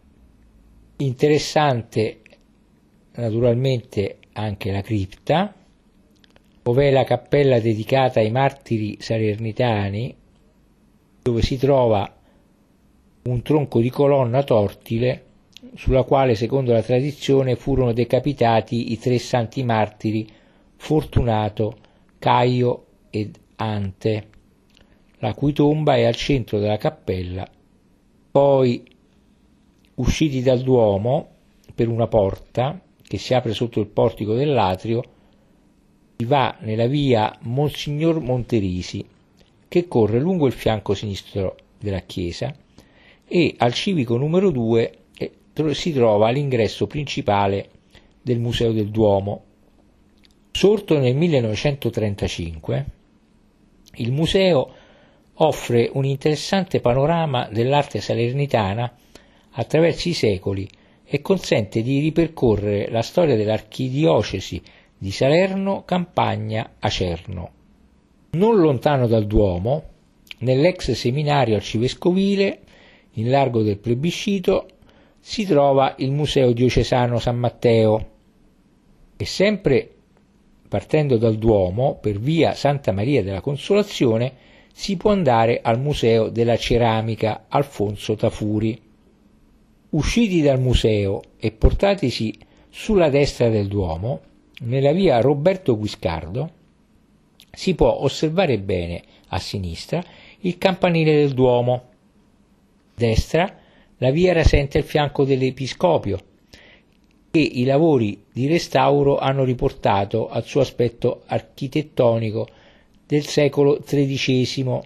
Interessante naturalmente anche la cripta, ov'è la cappella dedicata ai martiri salernitani, dove si trova un tronco di colonna tortile sulla quale, secondo la tradizione, furono decapitati i 3 santi martiri Fortunato, Caio ed Ante, la cui tomba è al centro della cappella. Poi, usciti dal Duomo per una porta che si apre sotto il portico dell'atrio, si va nella via Monsignor Monterisi, che corre lungo il fianco sinistro della chiesa, e al civico numero 2 si trova l'ingresso principale del Museo del Duomo. Sorto nel 1935, il museo offre un interessante panorama dell'arte salernitana attraverso i secoli e consente di ripercorrere la storia dell'archidiocesi di Salerno-Campagna-Acerno. Non lontano dal Duomo, nell'ex seminario arcivescovile, in largo del Plebiscito, si trova il Museo Diocesano San Matteo e sempre partendo dal Duomo per via Santa Maria della Consolazione si può andare al Museo della Ceramica Alfonso Tafuri. Usciti dal museo e portatisi sulla destra del Duomo, nella via Roberto Guiscardo, si può osservare bene a sinistra il campanile del Duomo, a destra la via rasente al fianco dell'Episcopio, che i lavori di restauro hanno riportato al suo aspetto architettonico del secolo XIII,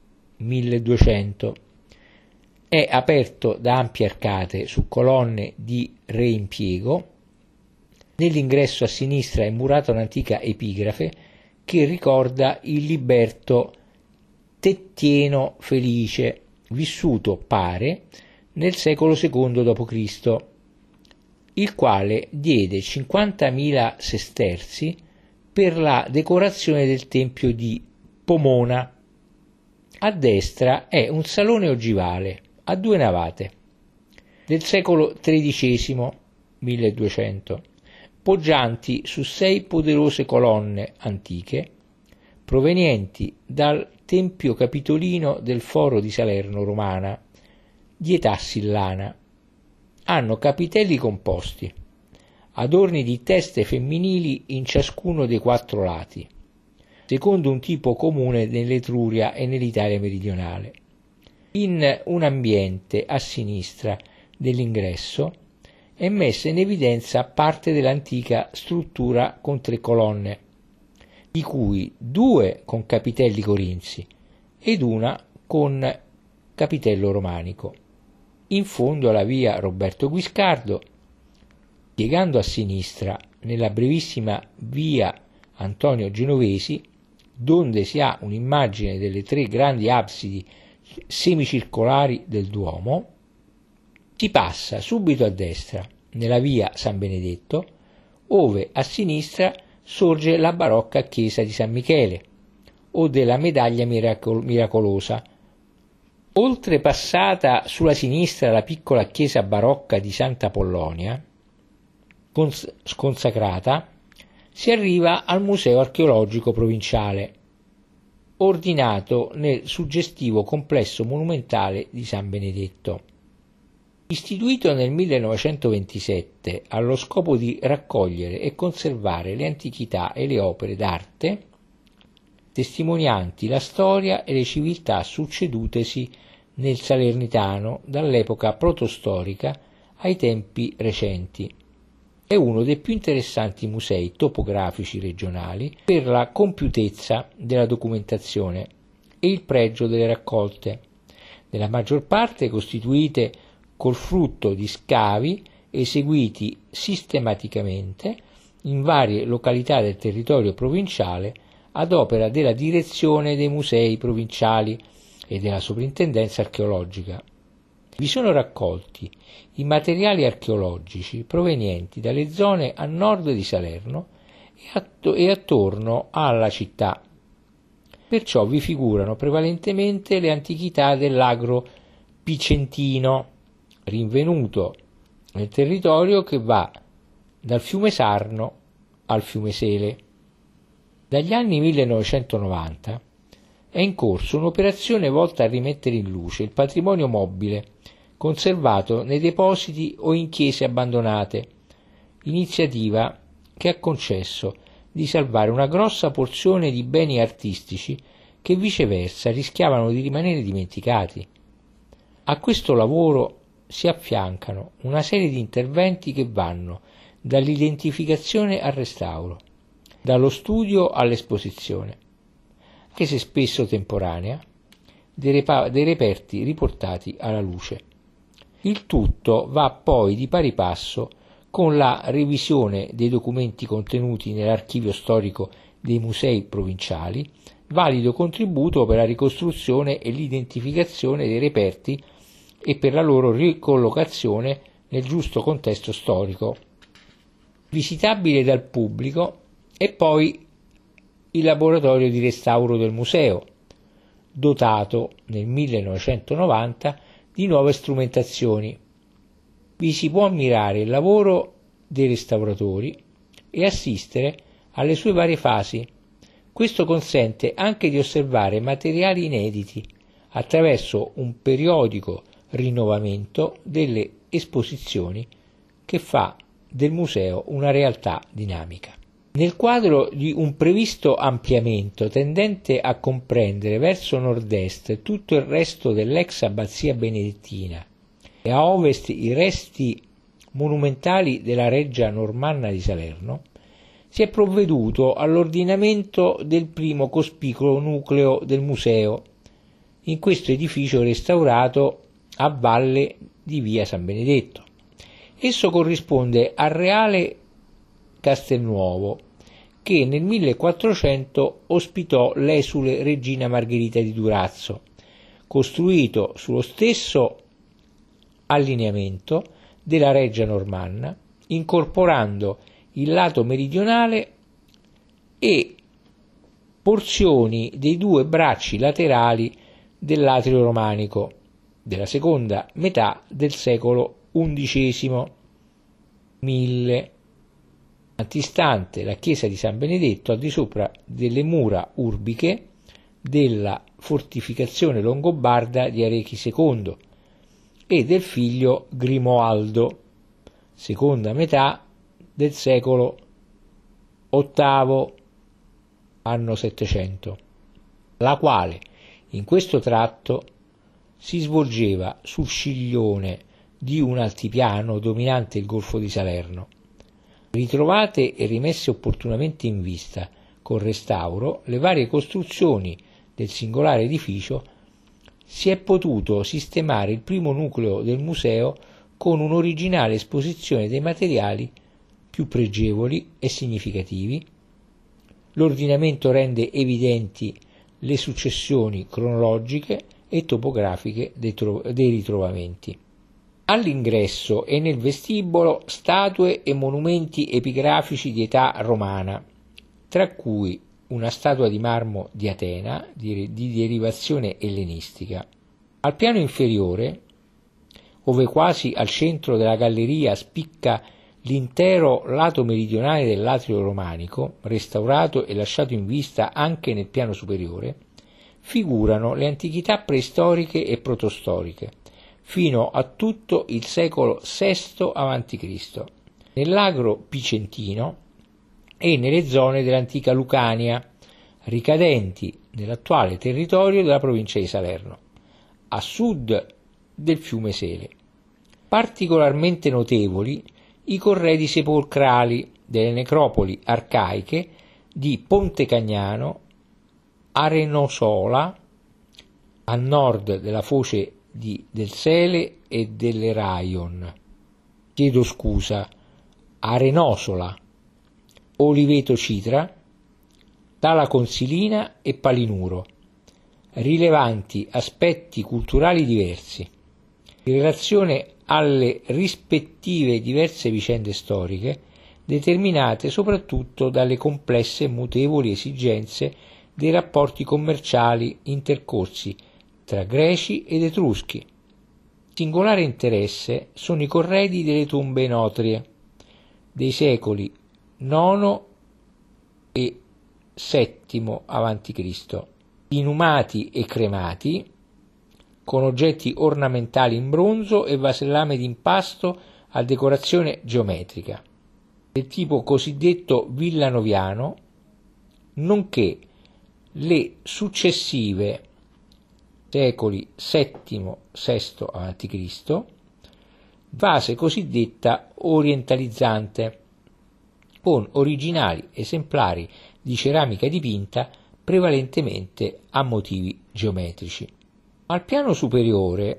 1200. È aperto da ampie arcate su colonne di reimpiego. Nell'ingresso a sinistra è murata un'antica epigrafe che ricorda il liberto Tettieno Felice, vissuto, pare, nel secolo II d.C., il quale diede 50.000 sesterzi per la decorazione del tempio di Pomona. A destra è un salone ogivale a 2 navate del secolo XIII, 1200, poggianti su 6 poderose colonne antiche provenienti dal tempio capitolino del Foro di Salerno Romana di età sillana. Hanno capitelli composti, adorni di teste femminili in ciascuno dei 4 lati, secondo un tipo comune nell'Etruria e nell'Italia meridionale. In un ambiente a sinistra dell'ingresso è messa in evidenza parte dell'antica struttura con 3 colonne, di cui 2 con capitelli corinzi ed una con capitello romanico. In fondo alla via Roberto Guiscardo, piegando a sinistra nella brevissima via Antonio Genovesi, donde si ha un'immagine delle 3 grandi absidi semicircolari del Duomo, si passa subito a destra nella via San Benedetto, ove a sinistra sorge la barocca chiesa di San Michele o della Medaglia Miracolosa. Oltrepassata sulla sinistra la piccola chiesa barocca di Santa Apollonia, sconsacrata, si arriva al Museo Archeologico Provinciale, ordinato nel suggestivo complesso monumentale di San Benedetto. Istituito nel 1927 allo scopo di raccogliere e conservare le antichità e le opere d'arte testimonianti la storia e le civiltà succedutesi nel Salernitano dall'epoca protostorica ai tempi recenti. È uno dei più interessanti musei topografici regionali per la compiutezza della documentazione e il pregio delle raccolte, nella maggior parte costituite col frutto di scavi eseguiti sistematicamente in varie località del territorio provinciale ad opera della Direzione dei Musei Provinciali e della Soprintendenza Archeologica. Vi sono raccolti i materiali archeologici provenienti dalle zone a nord di Salerno e attorno alla città. Perciò vi figurano prevalentemente le antichità dell'agro picentino, rinvenuto nel territorio che va dal fiume Sarno al fiume Sele. Dagli anni 1990 è in corso un'operazione volta a rimettere in luce il patrimonio mobile conservato nei depositi o in chiese abbandonate, iniziativa che ha concesso di salvare una grossa porzione di beni artistici che viceversa rischiavano di rimanere dimenticati. A questo lavoro si affiancano una serie di interventi che vanno dall'identificazione al restauro, dallo studio all'esposizione, anche se spesso temporanea, dei reperti riportati alla luce. Il tutto va poi di pari passo con la revisione dei documenti contenuti nell'archivio storico dei musei provinciali, valido contributo per la ricostruzione e l'identificazione dei reperti e per la loro ricollocazione nel giusto contesto storico. Visitabile dal pubblico è poi il laboratorio di restauro del museo, dotato nel 1990 di nuove strumentazioni. Vi si può ammirare il lavoro dei restauratori e assistere alle sue varie fasi. Questo consente anche di osservare materiali inediti attraverso un periodico rinnovamento delle esposizioni che fa del museo una realtà dinamica. Nel quadro di un previsto ampliamento tendente a comprendere verso nord-est tutto il resto dell'ex abbazia benedettina e a ovest i resti monumentali della reggia normanna di Salerno, si è provveduto all'ordinamento del primo cospicuo nucleo del museo, in questo edificio restaurato a valle di via San Benedetto. Esso corrisponde al Reale Castelnuovo, che nel 1400 ospitò l'esule regina Margherita di Durazzo, costruito sullo stesso allineamento della reggia normanna, incorporando il lato meridionale e porzioni dei due bracci laterali dell'atrio romanico della seconda metà del secolo XI. Antistante la chiesa di San Benedetto, al di sopra delle mura urbiche della fortificazione longobarda di Arechi II e del figlio Grimoaldo, seconda metà del secolo VIII, anno 700, la quale in questo tratto si svolgeva sul sciglione di un altipiano dominante il Golfo di Salerno. Ritrovate e rimesse opportunamente in vista col restauro le varie costruzioni del singolare edificio, si è potuto sistemare il primo nucleo del museo con un'originale esposizione dei materiali più pregevoli e significativi. L'ordinamento rende evidenti le successioni cronologiche e topografiche dei ritrovamenti. All'ingresso e nel vestibolo statue e monumenti epigrafici di età romana, tra cui una statua di marmo di Atena di derivazione ellenistica. Al piano inferiore, ove quasi al centro della galleria spicca l'intero lato meridionale dell'atrio romanico, restaurato e lasciato in vista anche nel piano superiore, figurano le antichità preistoriche e protostoriche, fino a tutto il secolo VI a.C., nell'agro picentino e nelle zone dell'antica Lucania, ricadenti nell'attuale territorio della provincia di Salerno, a sud del fiume Sele. Particolarmente notevoli i corredi sepolcrali delle necropoli arcaiche di Ponte Cagnano, Arenosola, a nord della foce del Sele e dell'Eraion, Arenosola, Oliveto Citra, Tala Consilina e Palinuro, rilevanti aspetti culturali diversi, in relazione alle rispettive diverse vicende storiche, determinate soprattutto dalle complesse e mutevoli esigenze dei rapporti commerciali intercorsi tra greci ed etruschi. Singolare interesse sono i corredi delle tombe notrie dei secoli IX e VII a.C., inumati e cremati, con oggetti ornamentali in bronzo e vasellame d'impasto a decorazione geometrica, del tipo cosiddetto villanoviano, nonché le successive secoli VII-VI a.C., vase cosiddetta orientalizzante, con originali esemplari di ceramica dipinta prevalentemente a motivi geometrici. Al piano superiore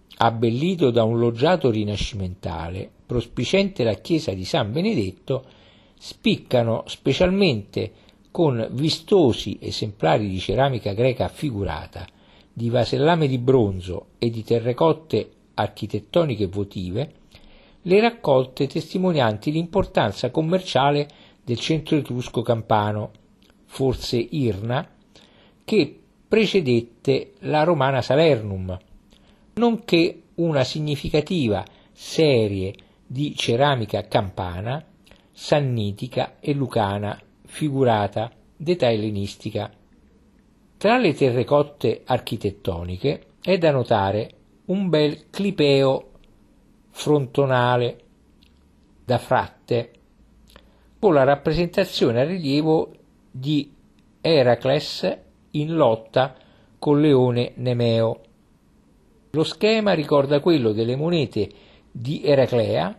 abbellito da un loggiato rinascimentale, prospiciente la chiesa di San Benedetto, spiccano specialmente con vistosi esemplari di ceramica greca figurata, di vasellame di bronzo e di terracotte architettoniche votive, le raccolte testimonianti l'importanza commerciale del centro etrusco campano, forse Irna, che precedette la romana Salernum, nonché una significativa serie di ceramica campana, sannitica e lucana figurata d'età ellenistica. Tra le terracotte architettoniche è da notare un bel clipeo frontonale da fratte con la rappresentazione a rilievo di Eracles in lotta col leone Nemeo. Lo schema ricorda quello delle monete di Eraclea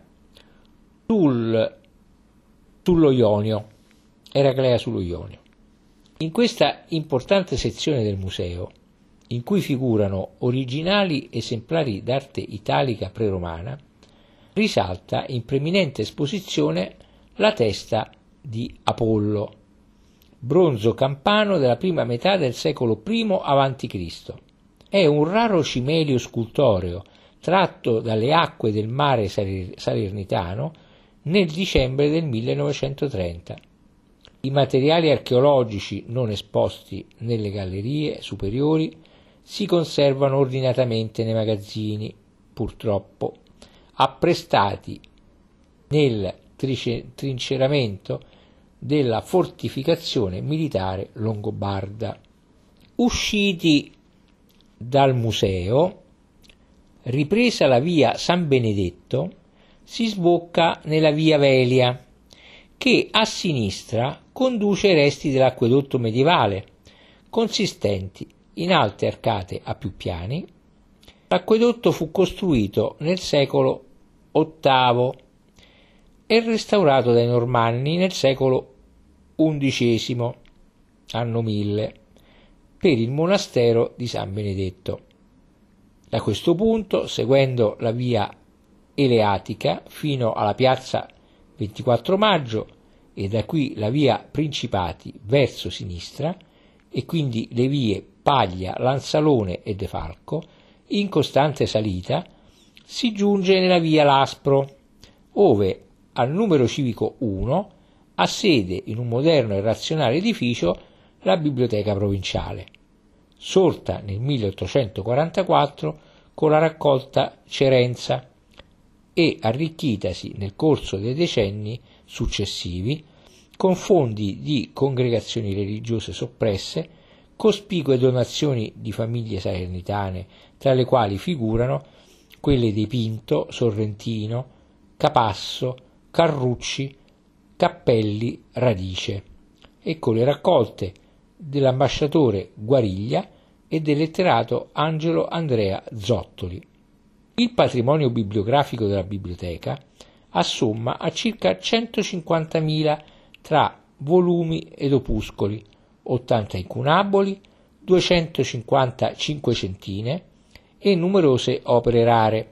sullo Ionio. Eraclea sullo Ionio. In questa importante sezione del museo, in cui figurano originali esemplari d'arte italica preromana, risalta in preminente esposizione la testa di Apollo, bronzo campano della prima metà del secolo I a.C. È un raro cimelio scultoreo tratto dalle acque del mare salernitano nel dicembre del 1930. I materiali archeologici non esposti nelle gallerie superiori si conservano ordinatamente nei magazzini, purtroppo, apprestati nel trinceramento della fortificazione militare longobarda. Usciti dal museo, ripresa la via San Benedetto, si sbocca nella via Velia, che a sinistra conduce ai resti dell'acquedotto medievale, consistenti in alte arcate a più piani. L'acquedotto fu costruito nel secolo VIII e restaurato dai Normanni nel secolo XI, anno 1000, per il monastero di San Benedetto. Da questo punto, seguendo la via Eleatica fino alla piazza 24 maggio e da qui la via Principati verso sinistra e quindi le vie Paglia, Lanzalone e De Falco, in costante salita, si giunge nella via Laspro, ove al numero civico 1 ha sede in un moderno e razionale edificio la biblioteca provinciale, sorta nel 1844 con la raccolta Cerenza e arricchitasi nel corso dei decenni successivi con fondi di congregazioni religiose soppresse, cospicue donazioni di famiglie salernitane, tra le quali figurano quelle dei Pinto, Sorrentino, Capasso, Carrucci, Cappelli, Radice, e con le raccolte dell'ambasciatore Guariglia e del letterato Angelo Andrea Zottoli. Il patrimonio bibliografico della biblioteca assomma a circa 150.000 tra volumi ed opuscoli, 80 incunaboli, 250 cinquecentine e numerose opere rare,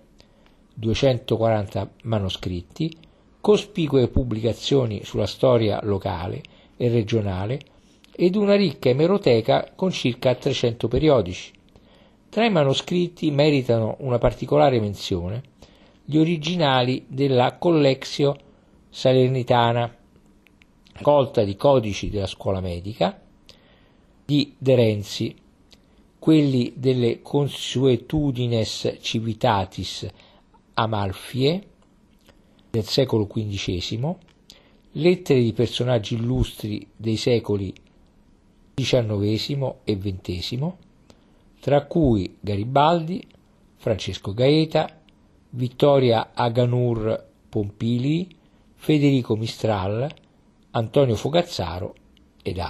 240 manoscritti, cospicue pubblicazioni sulla storia locale e regionale ed una ricca emeroteca con circa 300 periodici. Tra i manoscritti meritano una particolare menzione gli originali della Collectio Salernitana, raccolta di codici della scuola medica di De Renzi, quelli delle Consuetudines Civitatis Amalfie del secolo XV, lettere di personaggi illustri dei secoli XIX e XX, tra cui Garibaldi, Francesco Gaeta, Vittoria Aganur Pompili, Federico Mistral, Antonio Fogazzaro ed altri.